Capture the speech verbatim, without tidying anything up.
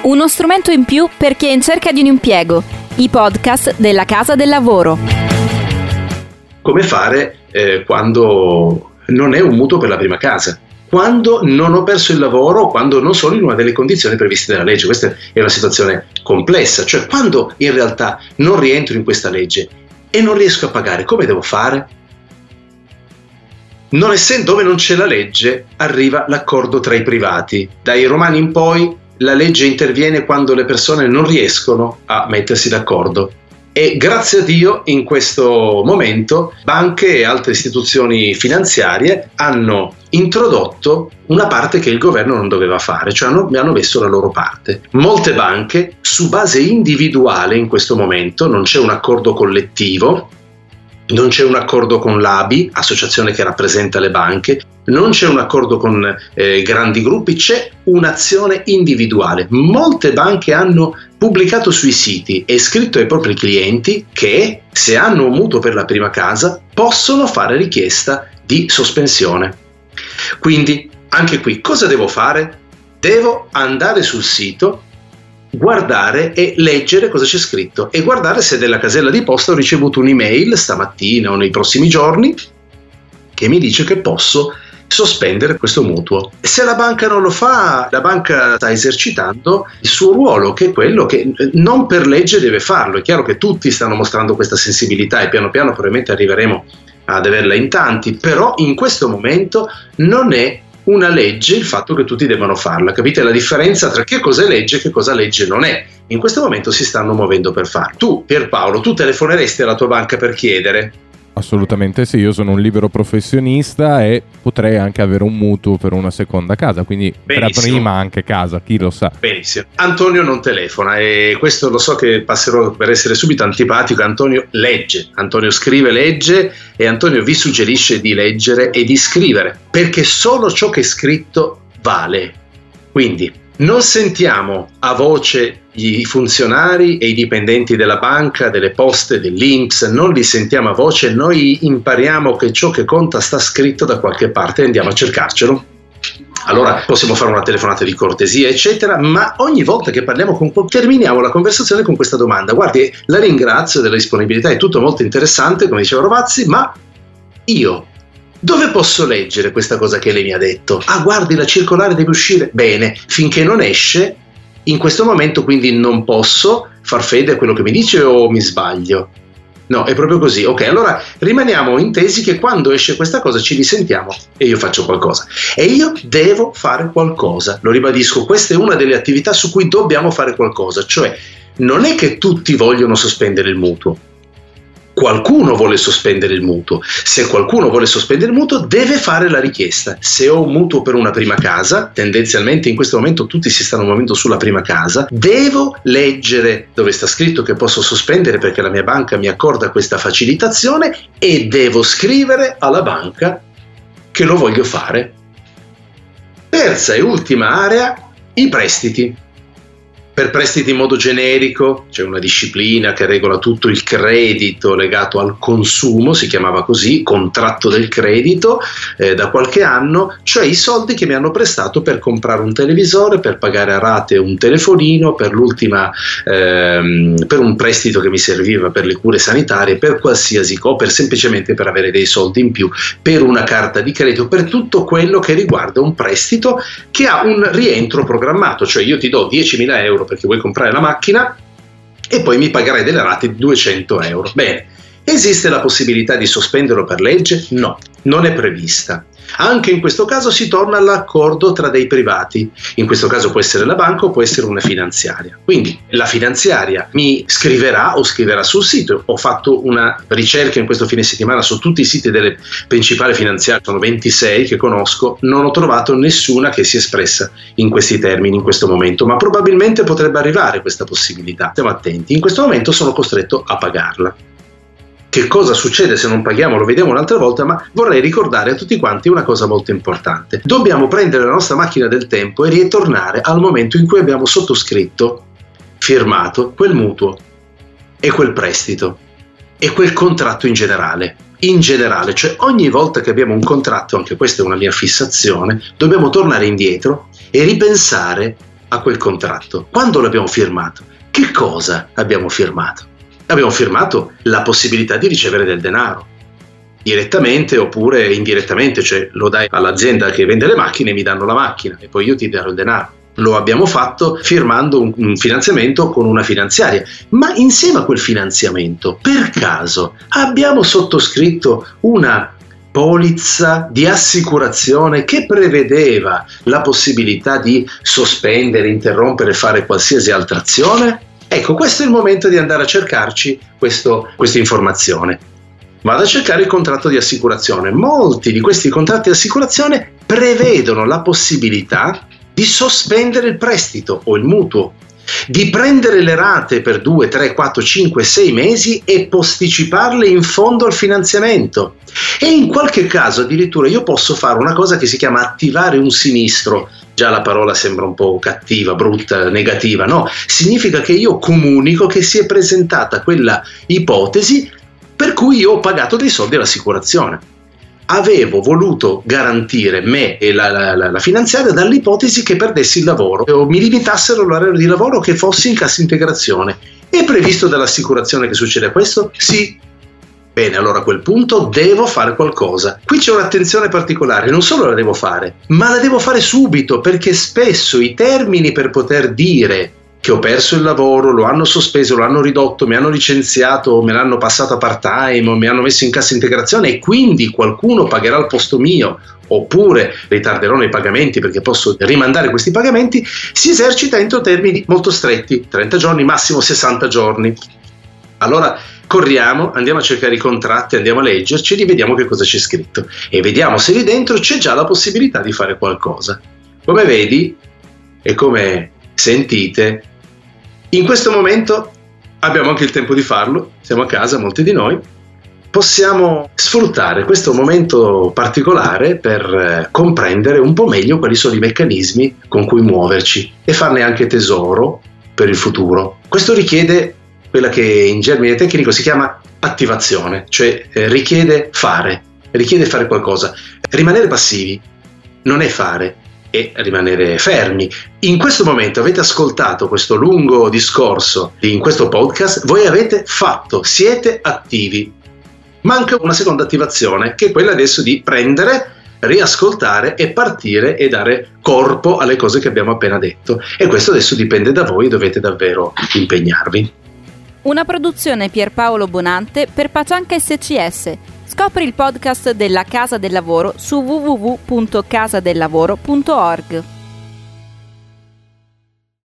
Uno strumento in più per chi è in cerca di un impiego. I podcast della Casa del Lavoro. Come fare eh, quando non è un mutuo per la prima casa? Quando non ho perso il lavoro, quando non sono in una delle condizioni previste dalla legge. Questa è una situazione complessa, cioè quando in realtà non rientro in questa legge e non riesco a pagare, come devo fare? Non essendo dove non c'è la legge, arriva l'accordo tra i privati. Dai Romani in poi la legge interviene quando le persone non riescono a mettersi d'accordo. E grazie a Dio in questo momento banche e altre istituzioni finanziarie hanno introdotto una parte che il governo non doveva fare, cioè hanno, hanno messo la loro parte. Molte banche su base individuale in questo momento, non c'è un accordo collettivo, non c'è un accordo con l'A B I, associazione che rappresenta le banche, non c'è un accordo con eh, grandi gruppi, c'è un'azione individuale. Molte banche hanno pubblicato sui siti e scritto ai propri clienti che se hanno un mutuo per la prima casa possono fare richiesta di sospensione. Quindi anche qui cosa devo fare? Devo andare sul sito, guardare e leggere cosa c'è scritto e guardare se dalla casella di posta ho ricevuto un'email stamattina o nei prossimi giorni che mi dice che posso sospendere questo mutuo. Se la banca non lo fa, la banca sta esercitando il suo ruolo, che è quello che non per legge deve farlo. È chiaro che tutti stanno mostrando questa sensibilità e piano piano probabilmente arriveremo ad averla in tanti, però in questo momento non è una legge il fatto che tutti devono farla. Capite la differenza tra che cosa è legge e che cosa legge non è? In questo momento si stanno muovendo per farlo. Tu, Pierpaolo, tu telefoneresti alla tua banca per chiedere? Assolutamente sì, io sono un libero professionista e potrei anche avere un mutuo per una seconda casa, quindi Benissimo. Per prima anche casa, chi lo sa. Benissimo. Antonio non telefona e questo lo so che passerò per essere subito antipatico. Antonio legge, Antonio scrive, legge e Antonio vi suggerisce di leggere e di scrivere, perché solo ciò che è scritto vale. Quindi non sentiamo a voce i funzionari e i dipendenti della banca, delle poste, dell'I N P S, non li sentiamo a voce, noi impariamo che ciò che conta sta scritto da qualche parte e andiamo a cercarcelo. Allora possiamo fare una telefonata di cortesia eccetera, ma ogni volta che parliamo con qualcuno terminiamo la conversazione con questa domanda: guardi, la ringrazio della disponibilità, è tutto molto interessante come diceva Rovazzi, ma io dove posso leggere questa cosa che lei mi ha detto? Ah, guardi, la circolare deve uscire. Bene, finché non esce, in questo momento quindi non posso far fede a quello che mi dice o mi sbaglio? No, è proprio così. Ok, allora rimaniamo intesi che quando esce questa cosa ci risentiamo e io faccio qualcosa. E io devo fare qualcosa. Lo ribadisco, questa è una delle attività su cui dobbiamo fare qualcosa. Cioè, non è che tutti vogliono sospendere il mutuo. Qualcuno vuole sospendere il mutuo. Se qualcuno vuole sospendere il mutuo deve fare la richiesta. Se ho un mutuo per una prima casa, tendenzialmente in questo momento tutti si stanno muovendo sulla prima casa, devo leggere dove sta scritto che posso sospendere perché la mia banca mi accorda questa facilitazione e devo scrivere alla banca che lo voglio fare. Terza e ultima area, i prestiti. Per prestiti in modo generico c'è una disciplina che regola tutto il credito legato al consumo, si chiamava così, contratto del credito, eh, da qualche anno, cioè i soldi che mi hanno prestato per comprare un televisore, per pagare a rate un telefonino, per l'ultima, ehm, per un prestito che mi serviva per le cure sanitarie, per qualsiasi cosa, o per semplicemente per avere dei soldi in più, per una carta di credito, per tutto quello che riguarda un prestito che ha un rientro programmato, cioè io ti do diecimila euro perché vuoi comprare la macchina e poi mi pagherai delle rate di duecento euro. Bene, esiste la possibilità di sospenderlo per legge? No, non è prevista. Anche in questo caso si torna all'accordo tra dei privati, in questo caso può essere la banca o può essere una finanziaria. Quindi la finanziaria mi scriverà o scriverà sul sito. Ho fatto una ricerca in questo fine settimana su tutti i siti delle principali finanziarie, sono ventisei che conosco, non ho trovato nessuna che si è espressa in questi termini in questo momento, ma probabilmente potrebbe arrivare questa possibilità. Stiamo attenti, in questo momento sono costretto a pagarla. Che cosa succede se non paghiamo? Lo vediamo un'altra volta, ma vorrei ricordare a tutti quanti una cosa molto importante. Dobbiamo prendere la nostra macchina del tempo e ritornare al momento in cui abbiamo sottoscritto, firmato quel mutuo e quel prestito e quel contratto in generale. In generale, cioè ogni volta che abbiamo un contratto, anche questa è una mia fissazione, dobbiamo tornare indietro e ripensare a quel contratto. Quando l'abbiamo firmato? Che cosa abbiamo firmato? Abbiamo firmato la possibilità di ricevere del denaro, direttamente oppure indirettamente, cioè lo dai all'azienda che vende le macchine, mi danno la macchina e poi io ti darò il denaro. Lo abbiamo fatto firmando un, un finanziamento con una finanziaria, ma insieme a quel finanziamento, per caso, abbiamo sottoscritto una polizza di assicurazione che prevedeva la possibilità di sospendere, interrompere, fare qualsiasi altra azione? Ecco, questo è il momento di andare a cercarci questo, questa informazione. Vado a cercare il contratto di assicurazione. Molti di questi contratti di assicurazione prevedono la possibilità di sospendere il prestito o il mutuo, di prendere le rate per due, tre, quattro, cinque, sei mesi e posticiparle in fondo al finanziamento. E in qualche caso addirittura io posso fare una cosa che si chiama attivare un sinistro. Già la parola sembra un po' cattiva, brutta, negativa, no? Significa che io comunico che si è presentata quella ipotesi per cui io ho pagato dei soldi all'assicurazione. Avevo voluto garantire me e la, la, la finanziaria dall'ipotesi che perdessi il lavoro o mi limitassero l'orario di lavoro, che fossi in cassa integrazione. È previsto dall'assicurazione che succeda questo? Sì. Bene, allora a quel punto devo fare qualcosa. Qui c'è un'attenzione particolare, non solo la devo fare, ma la devo fare subito, perché spesso i termini per poter dire che ho perso il lavoro, lo hanno sospeso, lo hanno ridotto, mi hanno licenziato, me l'hanno passato a part-time o mi hanno messo in cassa integrazione e quindi qualcuno pagherà al posto mio, oppure ritarderò nei pagamenti perché posso rimandare questi pagamenti, si esercita entro termini molto stretti, trenta giorni, massimo sessanta giorni. Allora corriamo, andiamo a cercare i contratti, andiamo a leggerci e vediamo che cosa c'è scritto e vediamo se lì dentro c'è già la possibilità di fare qualcosa. Come vedi e come sentite, in questo momento abbiamo anche il tempo di farlo, siamo a casa, molti di noi, possiamo sfruttare questo momento particolare per comprendere un po' meglio quali sono i meccanismi con cui muoverci e farne anche tesoro per il futuro. Questo richiede quella che in germine tecnico si chiama attivazione, cioè eh, richiede fare, richiede fare qualcosa. Rimanere passivi non è fare, e rimanere fermi. In questo momento avete ascoltato questo lungo discorso in questo podcast, voi avete fatto, siete attivi. Manca una seconda attivazione, che è quella adesso di prendere, riascoltare e partire e dare corpo alle cose che abbiamo appena detto. E questo adesso dipende da voi, dovete davvero impegnarvi. Una produzione Pierpaolo Bonante per Paccianca S C S. Scopri il podcast della Casa del Lavoro su w w w punto casa del lavoro punto org.